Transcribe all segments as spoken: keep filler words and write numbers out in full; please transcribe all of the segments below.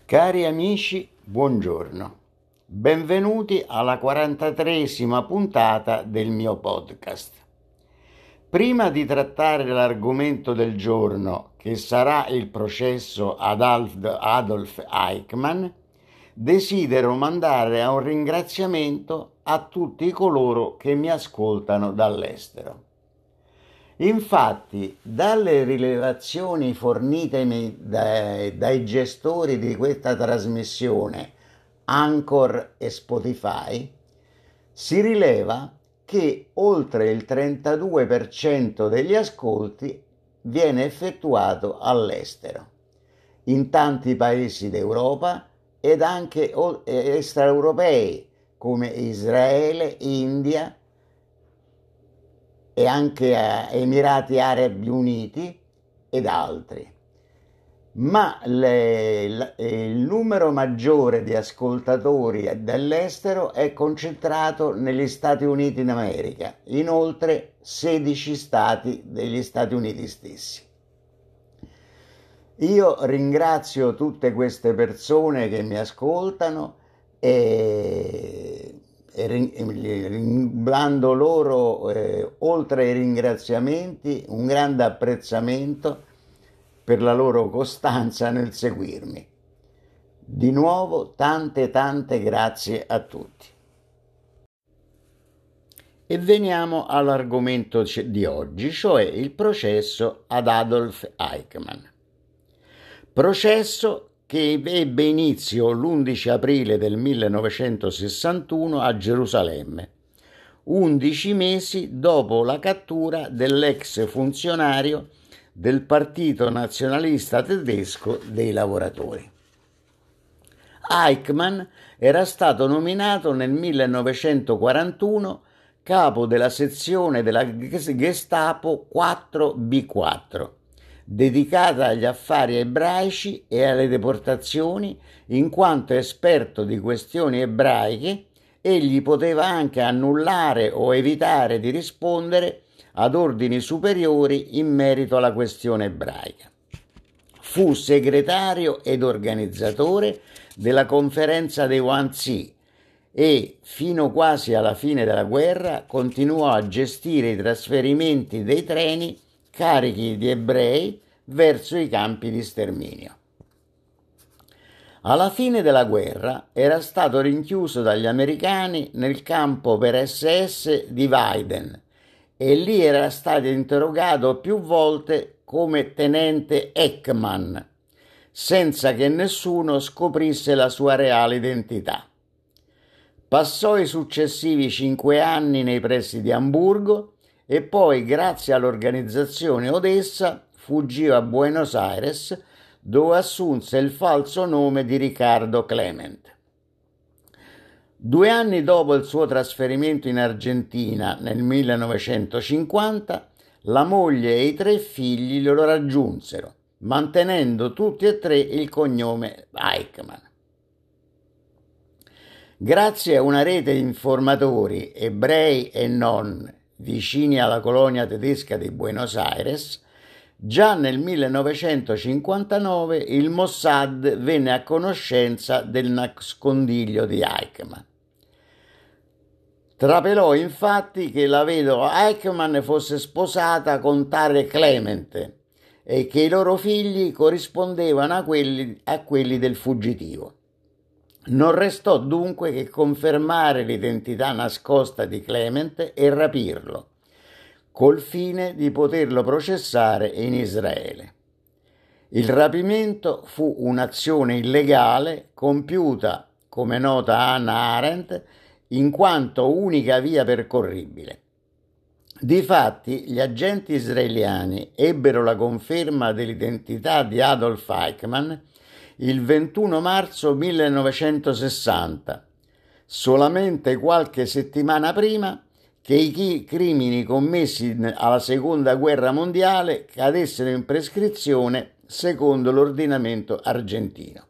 Cari amici, buongiorno. Benvenuti alla quarantatreesima puntata del mio podcast. Prima di trattare l'argomento del giorno, che sarà il processo ad Adolf Eichmann, desidero mandare un ringraziamento a tutti coloro che mi ascoltano dall'estero. Infatti, dalle rilevazioni fornitemi dai, dai gestori di questa trasmissione, Anchor e Spotify, si rileva che oltre il trentadue per cento degli ascolti viene effettuato all'estero, in tanti paesi d'Europa ed anche extraeuropei come Israele, India e anche a Emirati Arabi Uniti ed altri. Ma le, il numero maggiore di ascoltatori dall'estero è concentrato negli Stati Uniti d'America, in oltre sedici stati degli Stati Uniti stessi. Io ringrazio tutte queste persone che mi ascoltano e e blando loro, eh, oltre ai ringraziamenti, un grande apprezzamento per la loro costanza nel seguirmi. Di nuovo tante tante grazie a tutti. E veniamo all'argomento di oggi, cioè il processo ad Adolf Eichmann. Processo che ebbe inizio l'undici aprile del millenovecentosessantuno a Gerusalemme, undici mesi dopo la cattura dell'ex funzionario del Partito Nazionalista Tedesco dei Lavoratori. Eichmann era stato nominato nel millenovecentoquarantuno capo della sezione della Gestapo quattro B quattro, dedicata agli affari ebraici e alle deportazioni, in quanto esperto di questioni ebraiche, egli poteva anche annullare o evitare di rispondere ad ordini superiori in merito alla questione ebraica. Fu segretario ed organizzatore della conferenza dei Wannsee e, fino quasi alla fine della guerra, continuò a gestire i trasferimenti dei treni carichi di ebrei verso i campi di sterminio. Alla fine della guerra era stato rinchiuso dagli americani nel campo per S S di Weiden e lì era stato interrogato più volte come tenente Ekman, senza che nessuno scoprisse la sua reale identità. Passò i successivi cinque anni nei pressi di Amburgo e poi, grazie all'organizzazione Odessa, fuggì a Buenos Aires, dove assunse il falso nome di Riccardo Clement. Due anni dopo il suo trasferimento in Argentina, nel millenovecentocinquanta, la moglie e i tre figli lo raggiunsero, mantenendo tutti e tre il cognome Eichmann. Grazie a una rete di informatori, ebrei e non, vicini alla colonia tedesca di Buenos Aires, già nel millenovecentocinquantanove il Mossad venne a conoscenza del nascondiglio di Eichmann. Trapelò infatti che la vedova Eichmann fosse sposata con tale Clement e che i loro figli corrispondevano a quelli, a quelli del fuggitivo. Non restò dunque che confermare l'identità nascosta di Clement e rapirlo, col fine di poterlo processare in Israele. Il rapimento fu un'azione illegale compiuta, come nota Hannah Arendt, in quanto unica via percorribile. Difatti, gli agenti israeliani ebbero la conferma dell'identità di Adolf Eichmann il ventuno marzo millenovecentosessanta, solamente qualche settimana prima che i crimini commessi alla Seconda Guerra Mondiale cadessero in prescrizione secondo l'ordinamento argentino.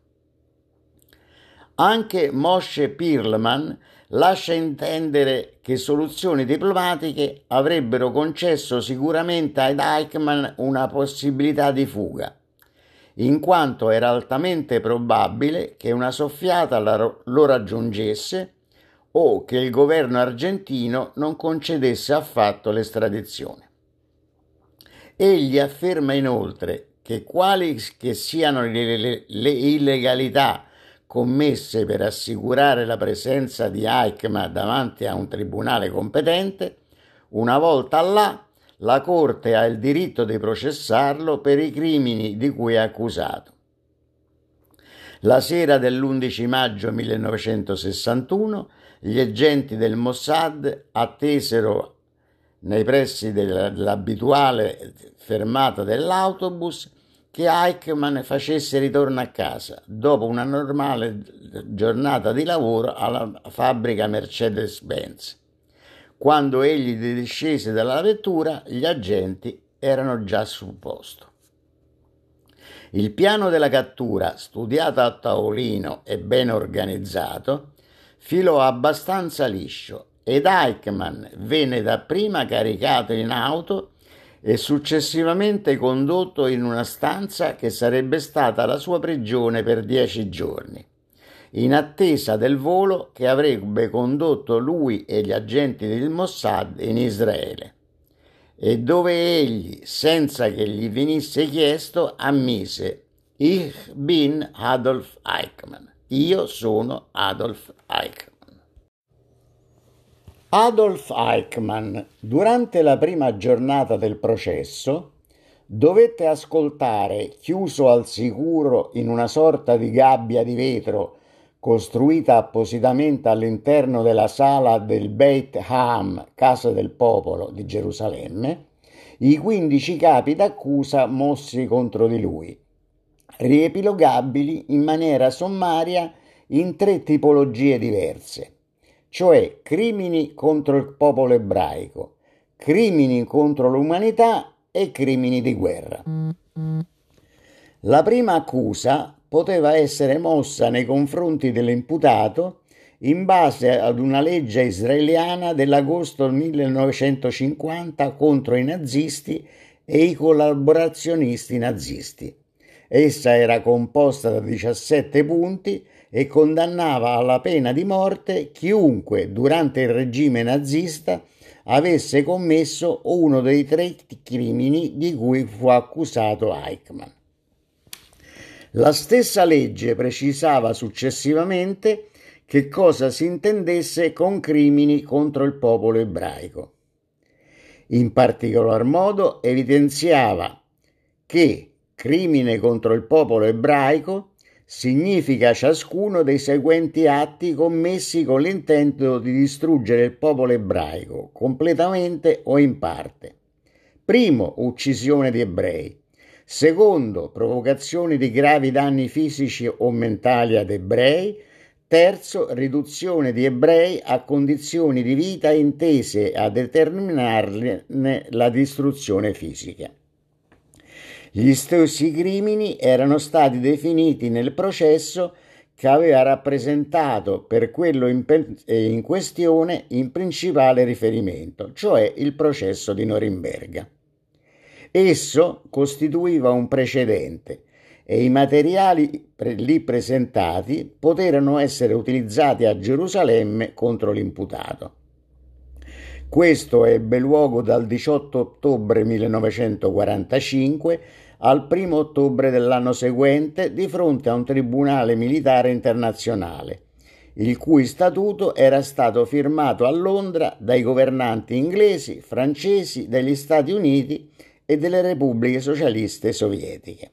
Anche Moshe Perlman lascia intendere che soluzioni diplomatiche avrebbero concesso sicuramente ad Eichmann una possibilità di fuga. in quanto era altamente probabile che una soffiata lo raggiungesse o che il governo argentino non concedesse affatto l'estradizione. Egli afferma inoltre che quali che siano le, le, le illegalità commesse per assicurare la presenza di Eichmann davanti a un tribunale competente, una volta là la Corte ha il diritto di processarlo per i crimini di cui è accusato. La sera dell'undici maggio millenovecentosessantuno gli agenti del Mossad attesero nei pressi dell'abituale fermata dell'autobus che Eichmann facesse ritorno a casa dopo una normale giornata di lavoro alla fabbrica Mercedes-Benz. Quando egli discese dalla vettura, gli agenti erano già sul posto. Il piano della cattura, studiato a tavolino e ben organizzato, filò abbastanza liscio ed Eichmann venne dapprima caricato in auto e successivamente condotto in una stanza che sarebbe stata la sua prigione per dieci giorni, in attesa del volo che avrebbe condotto lui e gli agenti del Mossad in Israele, e dove egli, senza che gli venisse chiesto, ammise Ich bin Adolf Eichmann, io sono Adolf Eichmann. Adolf Eichmann, durante la prima giornata del processo, dovette ascoltare, chiuso al sicuro in una sorta di gabbia di vetro costruita appositamente all'interno della sala del Beit Ha'am, Casa del Popolo di Gerusalemme, i quindici capi d'accusa mossi contro di lui, riepilogabili in maniera sommaria in tre tipologie diverse, cioè crimini contro il popolo ebraico, crimini contro l'umanità e crimini di guerra. La prima accusa poteva essere mossa nei confronti dell'imputato in base ad una legge israeliana dell'agosto millenovecentocinquanta contro i nazisti e i collaborazionisti nazisti. Essa era composta da diciassette punti e condannava alla pena di morte chiunque durante il regime nazista avesse commesso uno dei tre crimini di cui fu accusato Eichmann. La stessa legge precisava successivamente che cosa si intendesse con crimini contro il popolo ebraico. In particolar modo evidenziava che crimine contro il popolo ebraico significa ciascuno dei seguenti atti commessi con l'intento di distruggere il popolo ebraico, completamente o in parte. Primo, uccisione di ebrei. Secondo, provocazione di gravi danni fisici o mentali ad ebrei. Terzo, riduzione di ebrei a condizioni di vita intese a determinarne la distruzione fisica. Gli stessi crimini erano stati definiti nel processo che aveva rappresentato per quello in, in questione in principale riferimento, cioè il processo di Norimberga. Esso costituiva un precedente e i materiali lì presentati poterono essere utilizzati a Gerusalemme contro l'imputato. Questo ebbe luogo dal diciotto ottobre millenovecentoquarantacinque al primo ottobre dell'anno seguente di fronte a un tribunale militare internazionale, il cui statuto era stato firmato a Londra dai governanti inglesi, francesi, degli Stati Uniti e delle repubbliche socialiste sovietiche.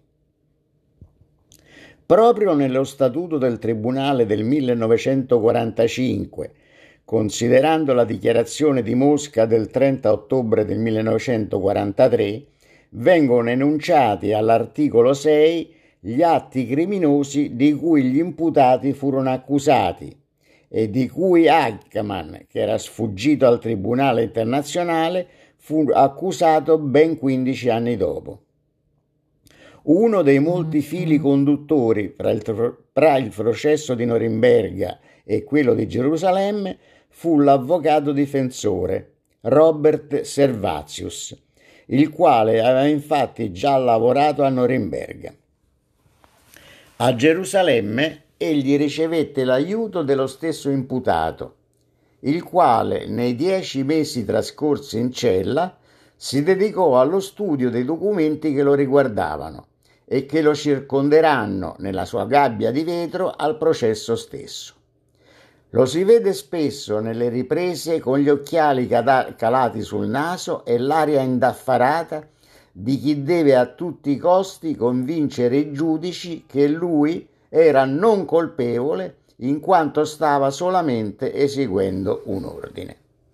Proprio nello statuto del tribunale del millenovecentoquarantacinque, considerando la dichiarazione di Mosca del trenta ottobre del millenovecentoquarantatré, vengono enunciati all'articolo sei gli atti criminosi di cui gli imputati furono accusati e di cui Eichmann, che era sfuggito al Tribunale internazionale, fu accusato ben quindici anni dopo. Uno dei molti fili conduttori fra il, tra il processo di Norimberga e quello di Gerusalemme fu l'avvocato difensore Robert Servatius, il quale aveva infatti già lavorato a Norimberga. A Gerusalemme egli ricevette l'aiuto dello stesso imputato, il quale nei dieci mesi trascorsi in cella si dedicò allo studio dei documenti che lo riguardavano e che lo circonderanno nella sua gabbia di vetro al processo stesso. Lo si vede spesso nelle riprese con gli occhiali calati sul naso e l'aria indaffarata di chi deve a tutti i costi convincere i giudici che lui era non colpevole in quanto stava solamente eseguendo un ordine.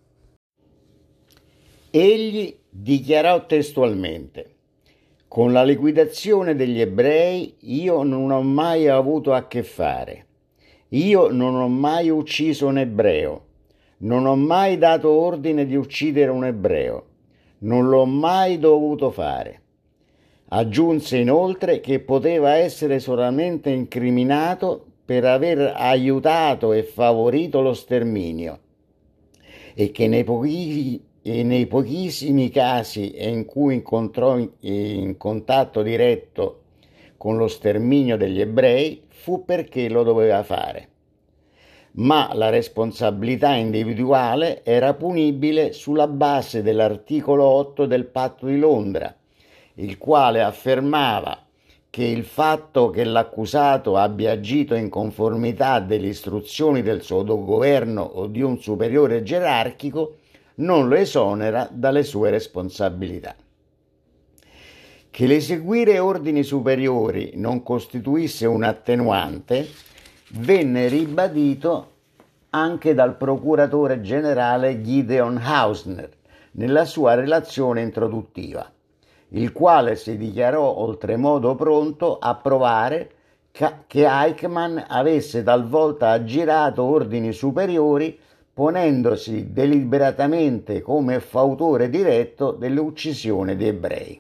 Egli dichiarò testualmente: «Con la liquidazione degli ebrei io non ho mai avuto a che fare. Io non ho mai ucciso un ebreo, non ho mai dato ordine di uccidere un ebreo, non l'ho mai dovuto fare». Aggiunse inoltre che poteva essere solamente incriminato per aver aiutato e favorito lo sterminio e che nei, pochi, e nei pochissimi casi in cui incontrò in contatto diretto con lo sterminio degli ebrei fu perché lo doveva fare. Ma la responsabilità individuale era punibile sulla base dell'articolo otto del Patto di Londra, il quale affermava che il fatto che l'accusato abbia agito in conformità delle istruzioni del suo governo o di un superiore gerarchico non lo esonera dalle sue responsabilità. Che l'eseguire ordini superiori non costituisse un attenuante venne ribadito anche dal procuratore generale Gideon Hausner nella sua relazione introduttiva, il quale si dichiarò oltremodo pronto a provare che Eichmann avesse talvolta aggirato ordini superiori ponendosi deliberatamente come fautore diretto dell'uccisione di ebrei.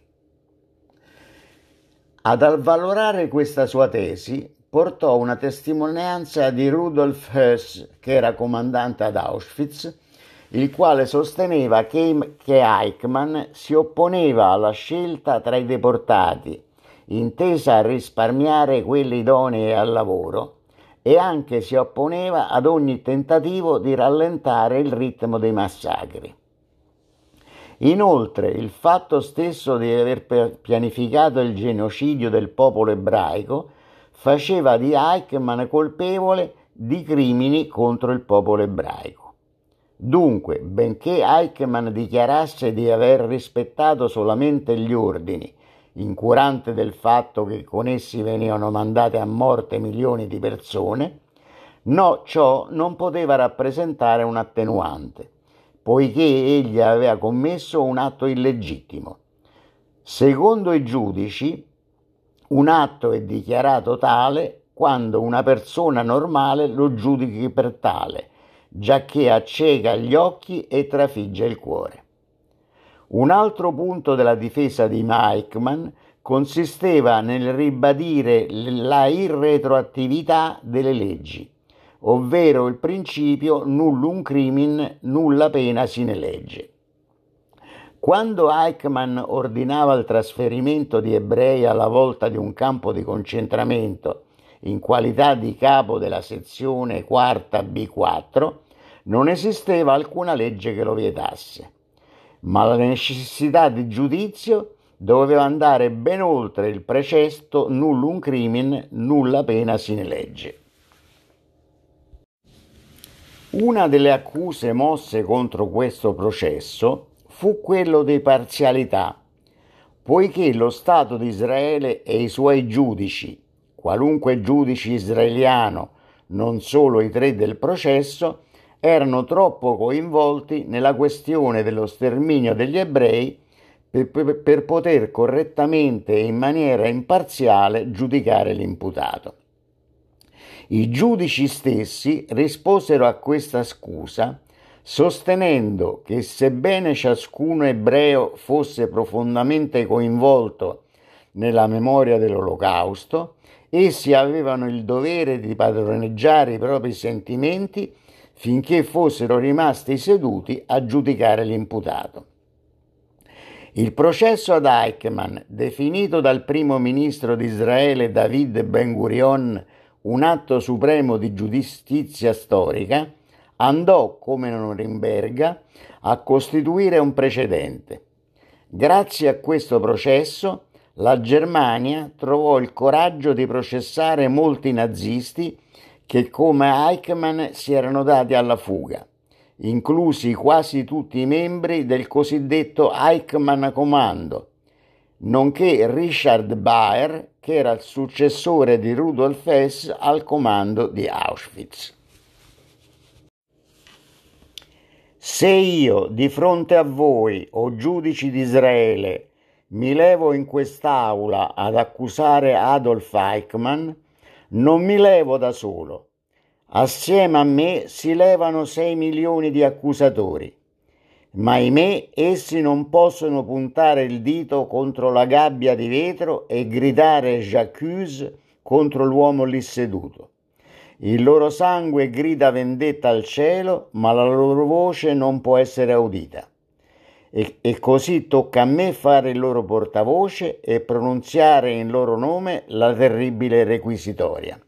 Ad avvalorare questa sua tesi portò una testimonianza di Rudolf Höss, che era comandante ad Auschwitz, il quale sosteneva che, che Eichmann si opponeva alla scelta tra i deportati, intesa a risparmiare quelli idonei al lavoro, e anche si opponeva ad ogni tentativo di rallentare il ritmo dei massacri. Inoltre, il fatto stesso di aver pianificato il genocidio del popolo ebraico faceva di Eichmann colpevole di crimini contro il popolo ebraico. Dunque, benché Eichmann dichiarasse di aver rispettato solamente gli ordini, incurante del fatto che con essi venivano mandate a morte milioni di persone, no, ciò non poteva rappresentare un attenuante, poiché egli aveva commesso un atto illegittimo. Secondo i giudici, un atto è dichiarato tale quando una persona normale lo giudichi per tale, giacché acceca gli occhi e trafigge il cuore. Un altro punto della difesa di Eichmann consisteva nel ribadire la irretroattività delle leggi, ovvero il principio nullum crimen, nulla pena sine legge. Quando Eichmann ordinava il trasferimento di ebrei alla volta di un campo di concentramento in qualità di capo della sezione quarta B quattro, non esisteva alcuna legge che lo vietasse, ma la necessità di giudizio doveva andare ben oltre il precetto nullum crimen, nulla pena sine legge. Una delle accuse mosse contro questo processo fu quello di parzialità, poiché lo Stato di Israele e i suoi giudici, qualunque giudice israeliano, non solo i tre del processo, erano troppo coinvolti nella questione dello sterminio degli ebrei per, per, per poter correttamente e in maniera imparziale giudicare l'imputato. I giudici stessi risposero a questa scusa sostenendo che sebbene ciascuno ebreo fosse profondamente coinvolto nella memoria dell'Olocausto, essi avevano il dovere di padroneggiare i propri sentimenti finché fossero rimasti seduti a giudicare l'imputato. Il processo ad Eichmann, definito dal primo ministro di Israele David Ben-Gurion un atto supremo di giustizia storica, andò, come Norimberga, a costituire un precedente. Grazie a questo processo, la Germania trovò il coraggio di processare molti nazisti che, come Eichmann, si erano dati alla fuga, inclusi quasi tutti i membri del cosiddetto Eichmann Kommando, nonché Richard Baer, che era il successore di Rudolf Hess al comando di Auschwitz. Se io, di fronte a voi, o giudici di Israele, mi levo in quest'aula ad accusare Adolf Eichmann, non mi levo da solo. Assieme a me si levano sei milioni di accusatori, ma ahimè essi non possono puntare il dito contro la gabbia di vetro e gridare «J'accuse» contro l'uomo lì seduto. Il loro sangue grida vendetta al cielo, ma la loro voce non può essere udita. E, e così tocca a me fare il loro portavoce e pronunziare in loro nome la terribile requisitoria.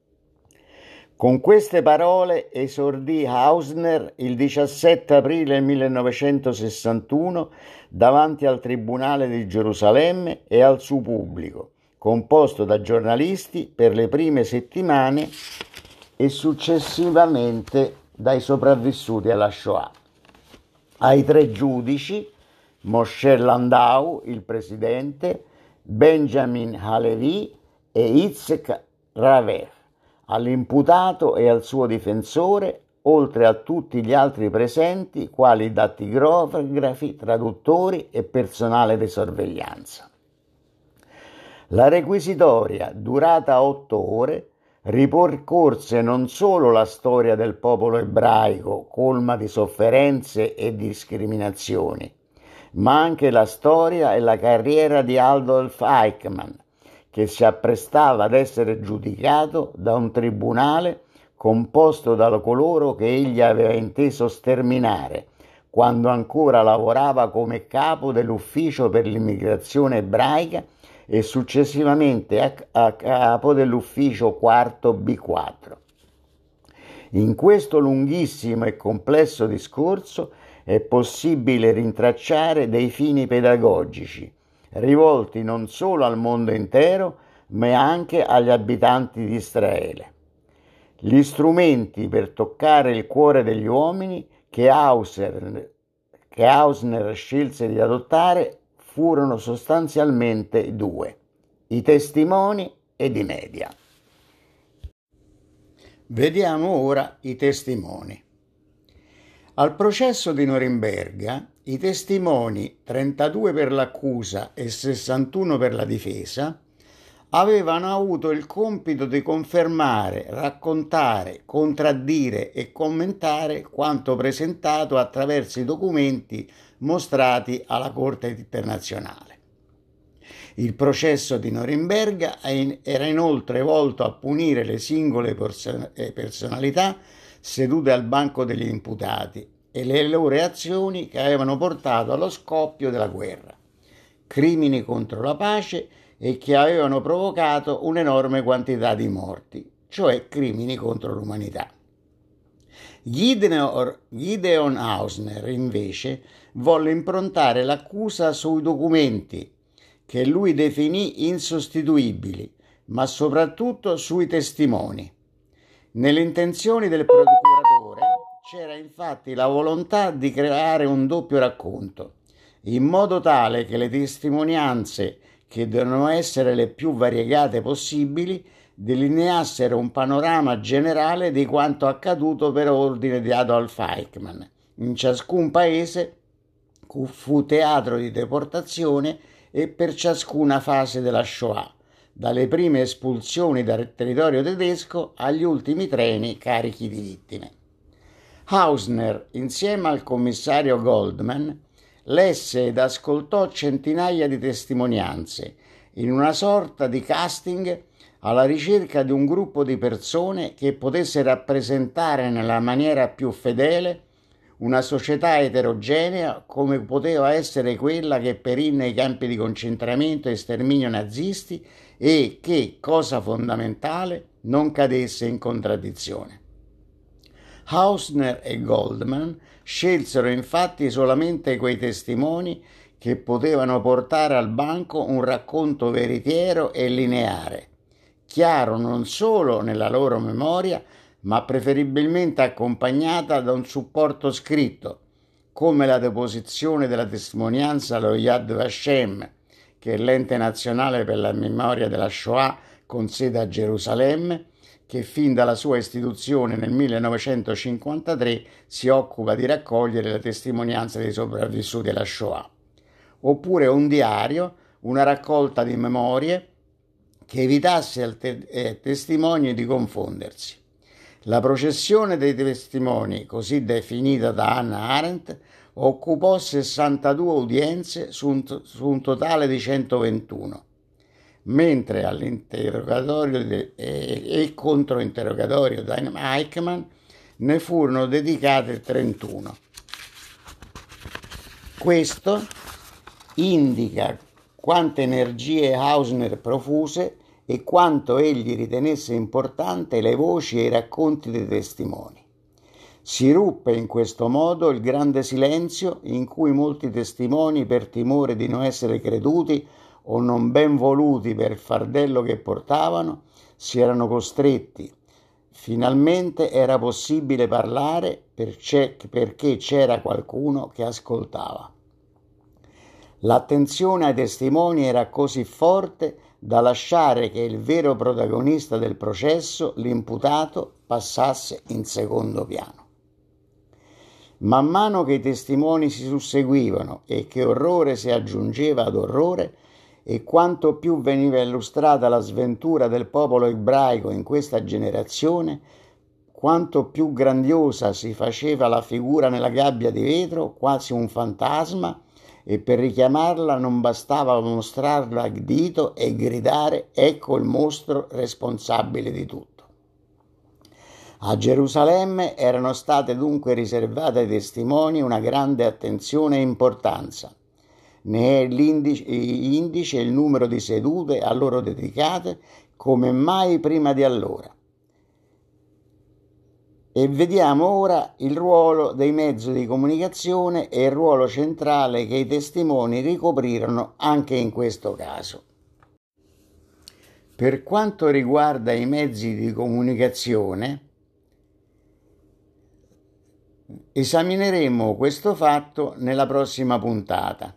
Con queste parole esordì Hausner il diciassette aprile millenovecentosessantuno davanti al Tribunale di Gerusalemme e al suo pubblico, composto da giornalisti per le prime settimane e successivamente dai sopravvissuti alla Shoah. Ai tre giudici, Moshe Landau, il presidente, Benjamin Halevi e Yitzhak Raver, all'imputato e al suo difensore, oltre a tutti gli altri presenti, quali dattigrafi, traduttori e personale di sorveglianza. La requisitoria, durata otto ore, ripercorse non solo la storia del popolo ebraico, colma di sofferenze e discriminazioni, ma anche la storia e la carriera di Adolf Eichmann, che si apprestava ad essere giudicato da un tribunale composto da coloro che egli aveva inteso sterminare, quando ancora lavorava come capo dell'ufficio per l'immigrazione ebraica e successivamente a, a capo dell'ufficio quarto B quattro. In questo lunghissimo e complesso discorso è possibile rintracciare dei fini pedagogici, rivolti non solo al mondo intero, ma anche agli abitanti di Israele. Gli strumenti per toccare il cuore degli uomini che Hausner, che Hausner scelse di adottare furono sostanzialmente due: i testimoni ed i media. Vediamo ora i testimoni. Al processo di Norimberga, i testimoni, trentadue per l'accusa e sessantuno per la difesa, avevano avuto il compito di confermare, raccontare, contraddire e commentare quanto presentato attraverso i documenti mostrati alla Corte internazionale. Il processo di Norimberga era inoltre volto a punire le singole personalità sedute al banco degli imputati e le loro azioni che avevano portato allo scoppio della guerra, crimini contro la pace e che avevano provocato un'enorme quantità di morti, cioè crimini contro l'umanità. Gideon Hausner, invece, volle improntare l'accusa sui documenti, che lui definì insostituibili, ma soprattutto sui testimoni. Nelle intenzioni del procuratore c'era infatti la volontà di creare un doppio racconto, in modo tale che le testimonianze, che devono essere le più variegate possibili, delineassero un panorama generale di quanto accaduto per ordine di Adolf Eichmann. In ciascun paese fu teatro di deportazione e per ciascuna fase della Shoah, dalle prime espulsioni dal territorio tedesco agli ultimi treni carichi di vittime. Hausner, insieme al commissario Goldman, lesse ed ascoltò centinaia di testimonianze in una sorta di casting alla ricerca di un gruppo di persone che potesse rappresentare nella maniera più fedele una società eterogenea come poteva essere quella che perì nei campi di concentramento e sterminio nazisti e che, cosa fondamentale, non cadesse in contraddizione. Hausner e Goldman scelsero infatti solamente quei testimoni che potevano portare al banco un racconto veritiero e lineare, chiaro non solo nella loro memoria, ma preferibilmente accompagnata da un supporto scritto, come la deposizione della testimonianza allo Yad Vashem, che è l'ente nazionale per la memoria della Shoah con sede a Gerusalemme, che fin dalla sua istituzione nel millenovecentocinquantatré si occupa di raccogliere le testimonianze dei sopravvissuti alla Shoah. Oppure un diario, una raccolta di memorie che evitasse ai te- eh, testimoni di confondersi. La processione dei testimoni, così definita da Hannah Arendt, occupò sessantadue udienze su un, su un totale di centoventuno, mentre all'interrogatorio de, e, e controinterrogatorio di Eichmann ne furono dedicate trentuno. Questo indica quante energie Hausner profuse e quanto egli ritenesse importante le voci e i racconti dei testimoni. Si ruppe in questo modo il grande silenzio in cui molti testimoni, per timore di non essere creduti o non ben voluti per il fardello che portavano, si erano costretti. Finalmente era possibile parlare perché c'era qualcuno che ascoltava. L'attenzione ai testimoni era così forte da lasciare che il vero protagonista del processo, l'imputato, passasse in secondo piano. Man mano che i testimoni si susseguivano e che orrore si aggiungeva ad orrore, e quanto più veniva illustrata la sventura del popolo ebraico in questa generazione, quanto più grandiosa si faceva la figura nella gabbia di vetro, quasi un fantasma, e per richiamarla non bastava mostrarla il dito e gridare: ecco il mostro responsabile di tutto. A Gerusalemme erano state dunque riservate ai testimoni una grande attenzione e importanza. Ne è l'indice il numero di sedute a loro dedicate come mai prima di allora. E vediamo ora il ruolo dei mezzi di comunicazione e il ruolo centrale che i testimoni ricoprirono anche in questo caso. Per quanto riguarda i mezzi di comunicazione, esamineremo questo fatto nella prossima puntata,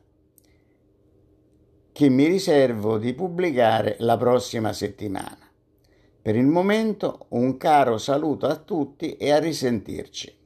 che mi riservo di pubblicare la prossima settimana. Per il momento un caro saluto a tutti e a risentirci.